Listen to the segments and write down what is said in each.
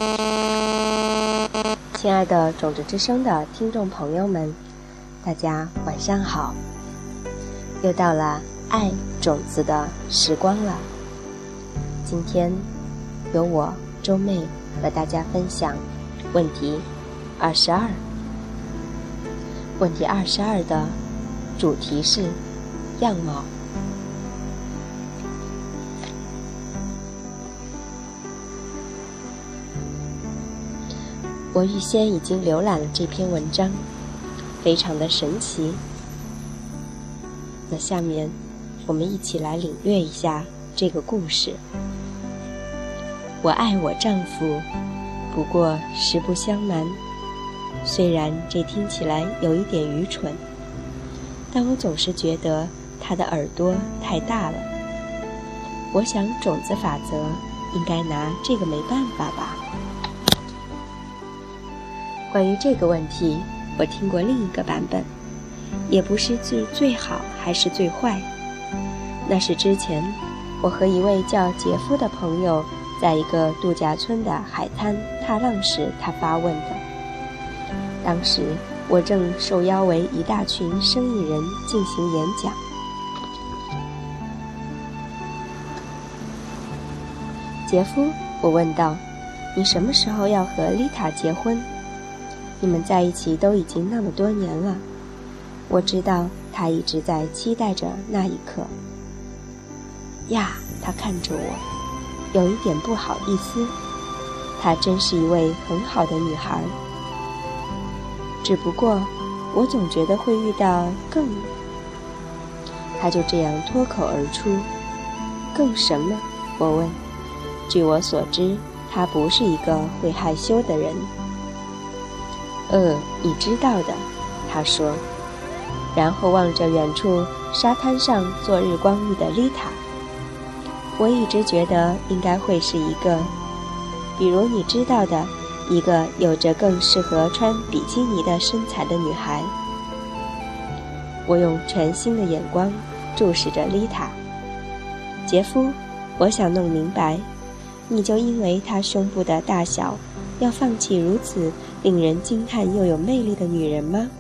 亲爱的种子之声的听众朋友们，大家晚上好。又到了爱种子的时光了。今天由我周妹和大家分享问题22。问题22的主题是样貌。我预先已经浏览了这篇文章，非常的神奇。那下面我们一起来领略一下这个故事。我爱我丈夫，不过实不相瞒，虽然这听起来有一点愚蠢，但我总是觉得他的耳朵太大了。我想种子法则应该拿这个没办法吧。关于这个问题，我听过另一个版本，也不是最好还是最坏。那是之前我和一位叫杰夫的朋友在一个度假村的海滩踏浪时他发问的。当时我正受邀为一大群生意人进行演讲。杰夫，我问道，你什么时候要和丽塔结婚？你们在一起都已经那么多年了，我知道他一直在期待着那一刻。呀，他看着我，有一点不好意思。她真是一位很好的女孩，只不过我总觉得会遇到更……他就这样脱口而出。更什么？我问。据我所知，他不是一个会害羞的人。你知道的，他说，然后望着远处沙滩上做日光浴的丽塔。我一直觉得应该会是一个，比如你知道的，一个有着更适合穿比基尼的身材的女孩。我用全新的眼光注视着丽塔。杰夫，我想弄明白，你就因为她胸部的大小要放弃如此令人惊叹又有魅力的女人吗？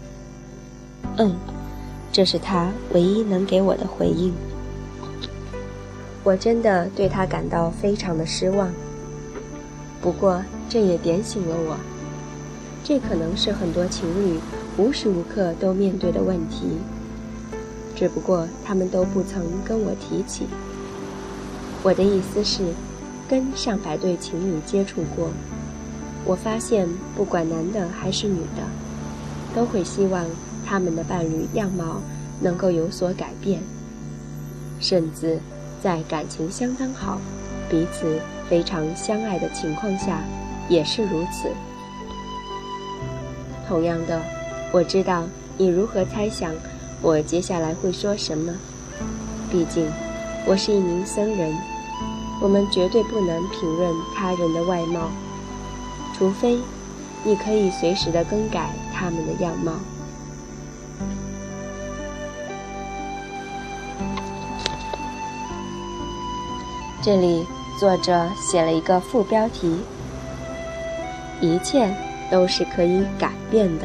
这是她唯一能给我的回应。我真的对她感到非常的失望。不过这也点醒了我，这可能是很多情侣无时无刻都面对的问题，只不过他们都不曾跟我提起。我的意思是，跟上百对情侣接触过，我发现不管男的还是女的，都会希望他们的伴侣样貌能够有所改变，甚至在感情相当好，彼此非常相爱的情况下也是如此。同样的，我知道你如何猜想我接下来会说什么。毕竟我是一名僧人，我们绝对不能评论他人的外貌，除非你可以随时地更改他们的样貌。这里作者写了一个副标题，一切都是可以改变的。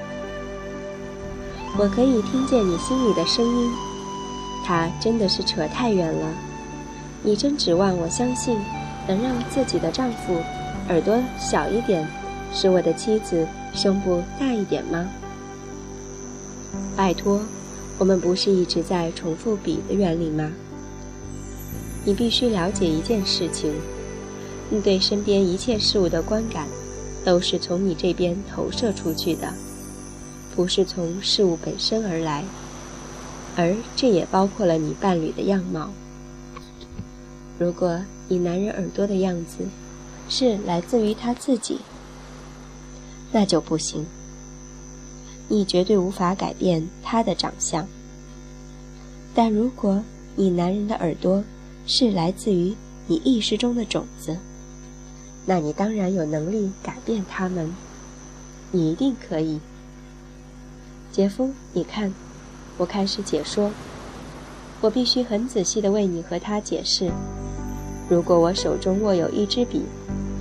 我可以听见你心里的声音，他真的是扯太远了。你真指望我相信能让自己的丈夫耳朵小一点，使我的妻子胸部大一点吗？拜托，我们不是一直在重复比的原理吗？你必须了解一件事情，你对身边一切事物的观感都是从你这边投射出去的，不是从事物本身而来，而这也包括了你伴侣的样貌。如果你男人耳朵的样子是来自于他自己，那就不行，你绝对无法改变他的长相。但如果你男人的耳朵是来自于你意识中的种子，那你当然有能力改变他们，你一定可以。杰夫，你看，我开始解说，我必须很仔细地为你和他解释。如果我手中握有一支笔，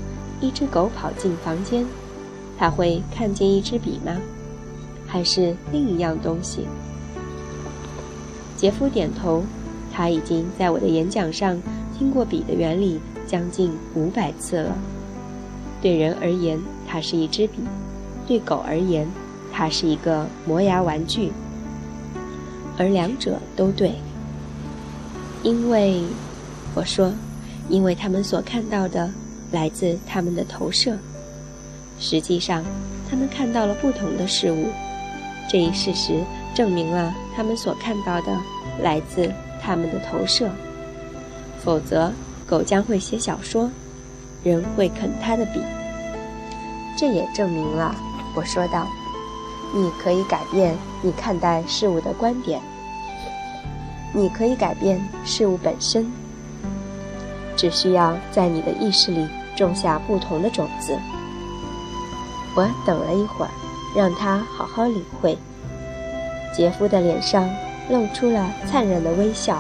一只狗跑进房间，它会看见一支笔吗？还是另一样东西？杰夫点头，他已经在我的演讲上听过笔的原理将近500次了。对人而言，它是一支笔；对狗而言，它是一个磨牙玩具。而两者都对。因为，我说，因为他们所看到的来自他们的投射。实际上，他们看到了不同的事物。这一事实证明了他们所看到的来自他们的投射。否则，狗将会写小说，人会啃它的笔。这也证明了，我说道，你可以改变你看待事物的观点，你可以改变事物本身，只需要在你的意识里种下不同的种子。我等了一会儿，让他好好领会。杰夫的脸上露出了灿烂的微笑，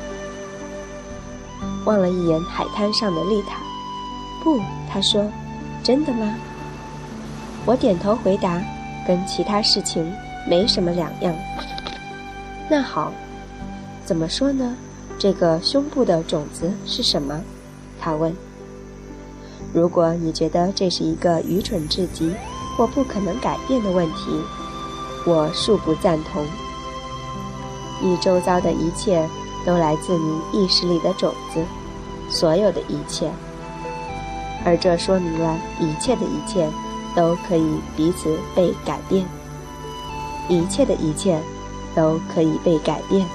望了一眼海滩上的丽塔。不，他说，真的吗？我点头回答，跟其他事情没什么两样。那好，怎么说呢？这个胸部的种子是什么？他问。如果你觉得这是一个愚蠢至极或不可能改变的问题，我恕不赞同。你周遭的一切都来自你意识里的种子，所有的一切，而这说明了一切的一切都可以彼此被改变，一切的一切都可以被改变。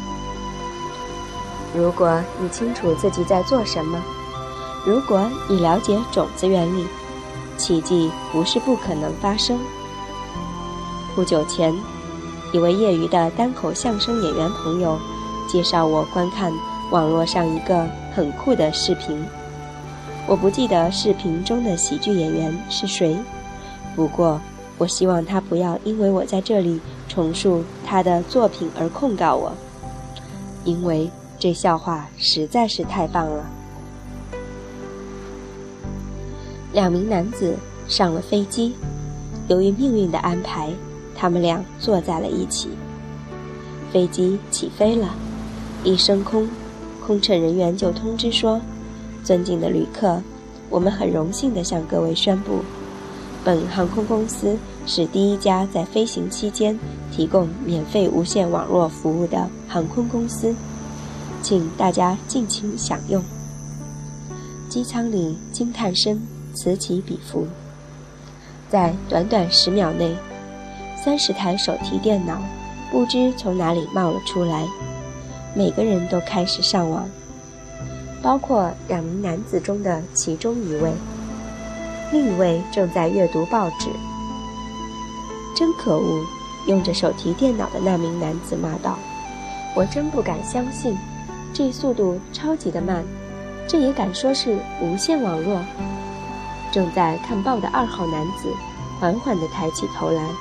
如果你清楚自己在做什么，如果你了解种子原理，奇迹不是不可能发生。不久前，一位业余的单口相声演员朋友介绍我观看网络上一个很酷的视频。我不记得视频中的喜剧演员是谁，不过我希望他不要因为我在这里重述他的作品而控告我，因为这笑话实在是太棒了。2名男子上了飞机，由于命运的安排，他们俩坐在了一起。飞机起飞了，一升空，空乘人员就通知说，尊敬的旅客，我们很荣幸地向各位宣布，本航空公司是第一家在飞行期间提供免费无线网络服务的航空公司，请大家尽情享用。机舱里惊叹声此起彼伏，在短短10秒内，30台手提电脑不知从哪里冒了出来，每个人都开始上网，包括2名男子中的其中一位，另一位正在阅读报纸。真可恶！用着手提电脑的那名男子骂道，我真不敢相信，这速度超级的慢，这也敢说是无线网络？正在看报的2号男子缓缓地抬起头来。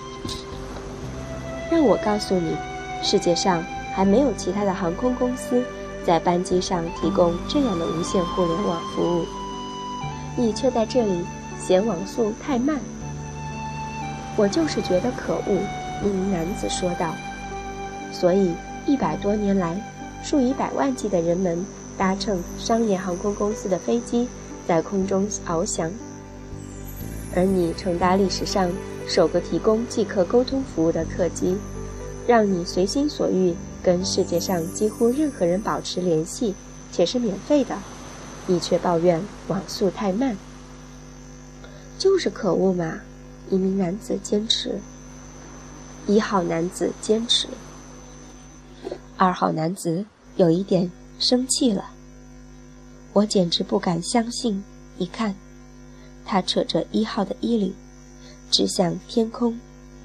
让我告诉你，世界上还没有其他的航空公司在班机上提供这样的无线互联网服务，你却在这里嫌网速太慢。我就是觉得可恶，一名男子说道。所以100多年来，数以百万计的人们搭乘商业航空公司的飞机在空中翱翔，而你乘搭历史上首个提供即刻沟通服务的客机，让你随心所欲跟世界上几乎任何人保持联系，且是免费的，你却抱怨网速太慢。就是可恶嘛！一名男子坚持，1号男子坚持，2号男子有一点生气了。我简直不敢相信，你看，他扯着1号的衣领，指向天空。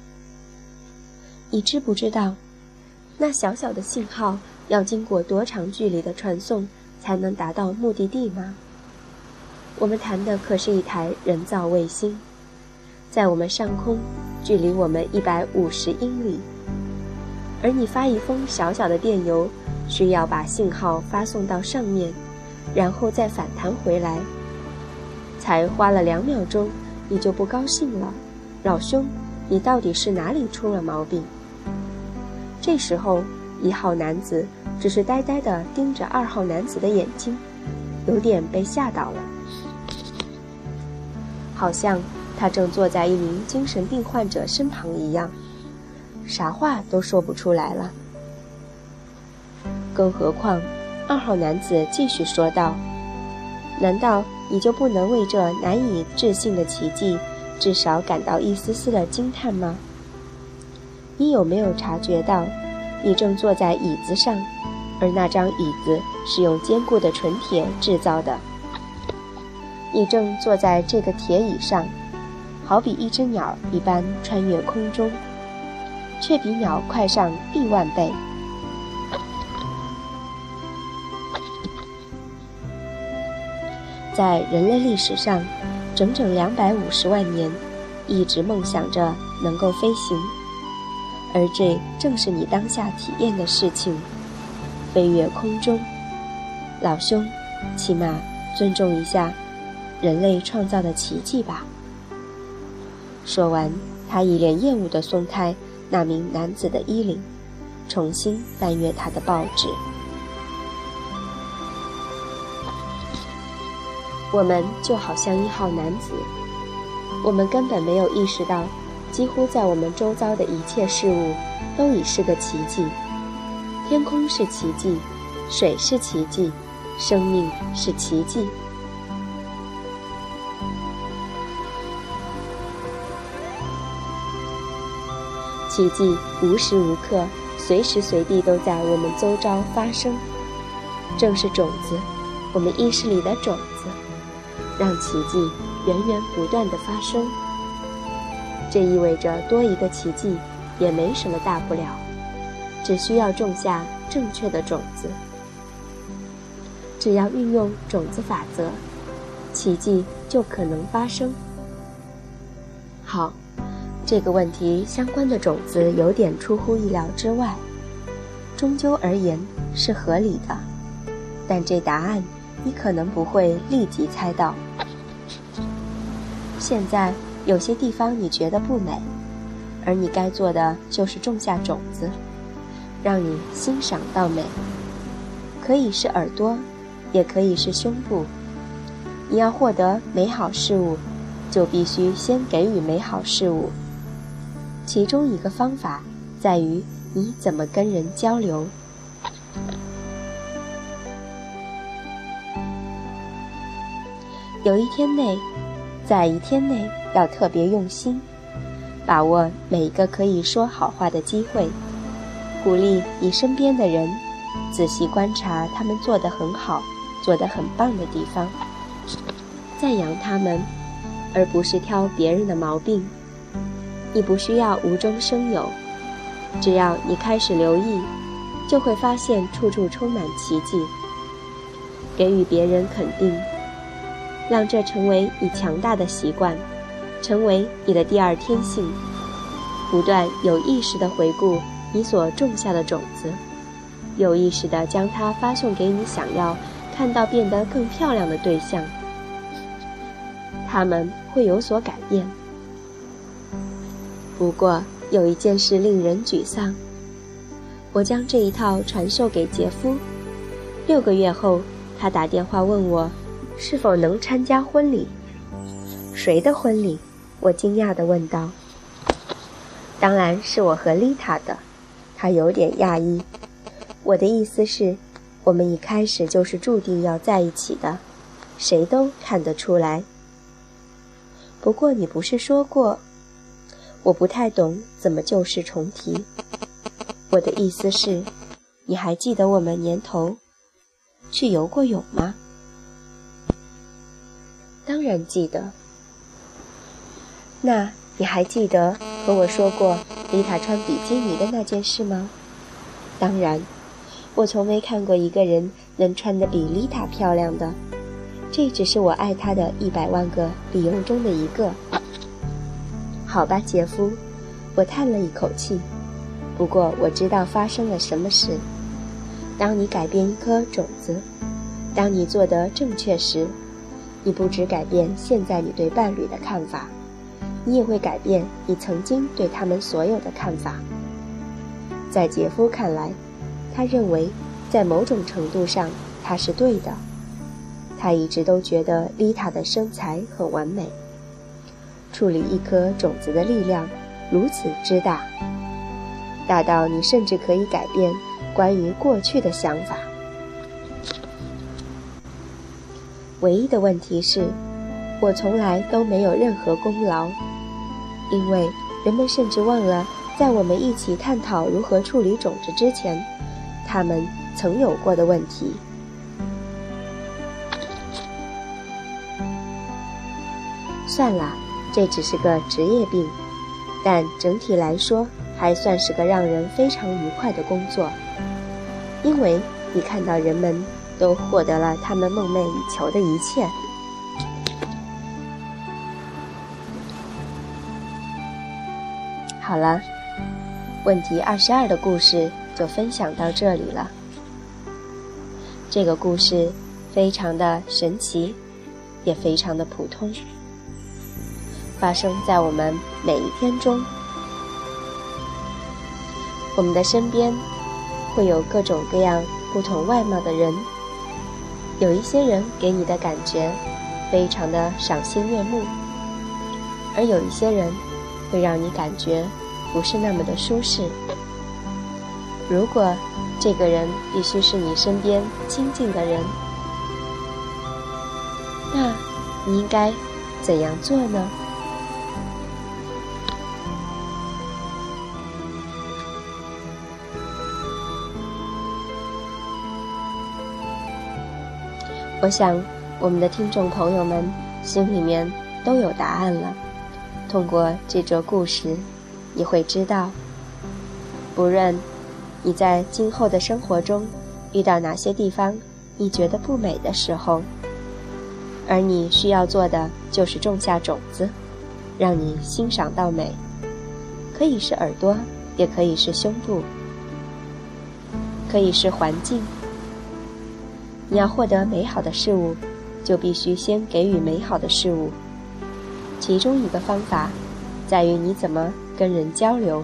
你知不知道，那小小的信号要经过多长距离的传送才能达到目的地吗？我们谈的可是一台人造卫星，在我们上空，距离我们150英里，而你发一封小小的电邮，需要把信号发送到上面，然后再反弹回来， 才花了2秒钟，你就不高兴了，老兄，你到底是哪里出了毛病？这时候1号男子只是呆呆地盯着2号男子的眼睛，有点被吓到了，好像他正坐在一名精神病患者身旁一样，啥话都说不出来了。更何况2号男子继续说道，难道你就不能为这难以置信的奇迹至少感到一丝丝的惊叹吗？你有没有察觉到，你正坐在椅子上，而那张椅子是用坚固的纯铁制造的？你正坐在这个铁椅上，好比一只鸟一般穿越空中，却比鸟快上1万倍。在人类历史上，整整250万年，一直梦想着能够飞行，而这正是你当下体验的事情，飞越空中。老兄，起码尊重一下人类创造的奇迹吧。说完，他一脸厌恶地松开那名男子的衣领，重新翻阅他的报纸。我们就好像1号男子，我们根本没有意识到，几乎在我们周遭的一切事物都已是个奇迹。天空是奇迹，水是奇迹，生命是奇迹。奇迹无时无刻、随时随地都在我们周遭发生，正是种子，我们意识里的种子，让奇迹源源不断地发生。这意味着多一个奇迹也没什么大不了，只需要种下正确的种子。只要运用种子法则，奇迹就可能发生。好，这个问题相关的种子有点出乎意料之外，终究而言是合理的，但这答案你可能不会立即猜到。现在有些地方你觉得不美，而你该做的就是种下种子，让你欣赏到美。可以是耳朵，也可以是胸部。你要获得美好事物，就必须先给予美好事物。其中一个方法在于你怎么跟人交流。在一天内要特别用心，把握每一个可以说好话的机会，鼓励你身边的人，仔细观察他们做得很好、做得很棒的地方，赞扬他们，而不是挑别人的毛病。你不需要无中生有，只要你开始留意，就会发现处处充满奇迹。给予别人肯定，让这成为你强大的习惯，成为你的第二天性。不断有意识地回顾你所种下的种子，有意识地将它发送给你想要看到变得更漂亮的对象，他们会有所改变。不过有一件事令人沮丧，我将这一套传授给杰夫，6个月后他打电话问我是否能参加婚礼。谁的婚礼？我惊讶地问道。当然是我和丽塔的，他有点讶异。我的意思是，我们一开始就是注定要在一起的，谁都看得出来。不过你不是说过……我不太懂怎么旧事重提。我的意思是，你还记得我们年头去游过泳吗？当然记得。那你还记得和我说过丽塔穿比基尼的那件事吗？当然，我从没看过一个人能穿得比丽塔漂亮的，这只是我爱她的100万个理由中的一个。好吧，杰夫，我叹了一口气。不过我知道发生了什么事。当你改变一颗种子，当你做得正确时， 你不只改变现在你对伴侣的看法，你也会改变你曾经对他们所有的看法。在杰夫看来，他认为在某种程度上他是对的。他一直都觉得丽塔的身材很完美，处理一颗种子的力量如此之大，大到你甚至可以改变关于过去的想法。唯一的问题是，我从来都没有任何功劳，因为人们甚至忘了，在我们一起探讨如何处理种子之前，他们曾有过的问题。算了，这只是个职业病，但整体来说还算是个让人非常愉快的工作，因为你看到人们都获得了他们梦寐以求的一切。好了，问题22的故事就分享到这里了。这个故事非常的神奇，也非常的普通，发生在我们每一天中。我们的身边会有各种各样不同外貌的人，有一些人给你的感觉非常的赏心悦目，而有一些人会让你感觉不是那么的舒适。如果这个人必须是你身边亲近的人，那你应该怎样做呢？我想我们的听众朋友们心里面都有答案了。通过这则故事，你会知道，不论你在今后的生活中遇到哪些地方你觉得不美的时候，而你需要做的就是种下种子，让你欣赏到美，可以是耳朵，也可以是胸部，可以是环境。你要获得美好的事物，就必须先给予美好的事物。其中一个方法在于你怎么跟人交流。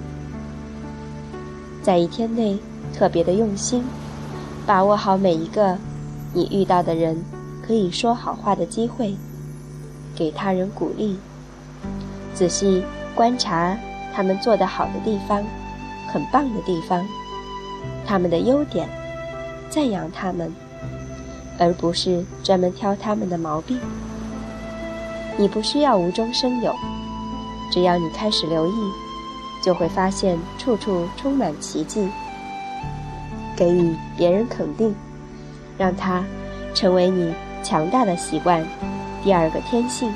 在一天内特别的用心，把握好每一个你遇到的人可以说好话的机会，给他人鼓励，仔细观察他们做得好的地方，很棒的地方，他们的优点，赞扬他们，而不是专门挑他们的毛病。你不需要无中生有，只要你开始留意，就会发现处处充满奇迹。给予别人肯定，让它成为你强大的习惯，第二个天性。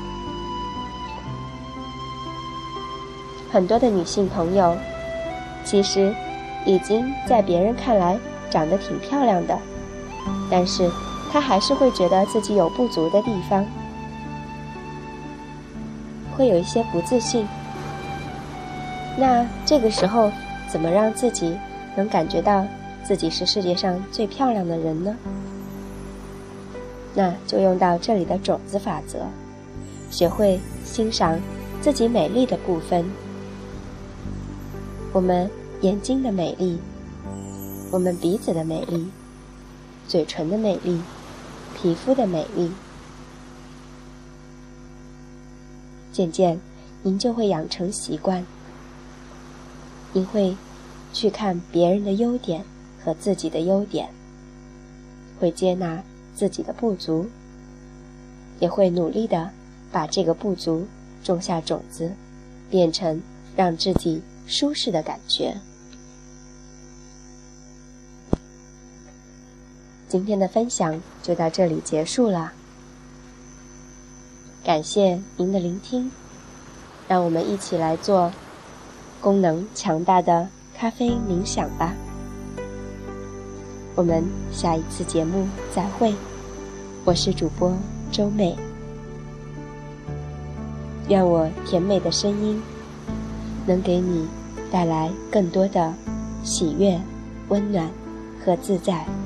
很多的女性朋友其实已经在别人看来长得挺漂亮的，但是她还是会觉得自己有不足的地方，会有一些不自信。那这个时候怎么让自己能感觉到自己是世界上最漂亮的人呢？那就用到这里的种子法则，学会欣赏自己美丽的部分。我们眼睛的美丽，我们鼻子的美丽，嘴唇的美丽，皮肤的美丽。渐渐您就会养成习惯，您会去看别人的优点和自己的优点，会接纳自己的不足，也会努力地把这个不足种下种子，变成让自己舒适的感觉。今天的分享就到这里结束了，感谢您的聆听，让我们一起来做功能强大的咖啡冥想吧。我们下一次节目再会，我是主播周美，愿我甜美的声音能给你带来更多的喜悦、温暖和自在。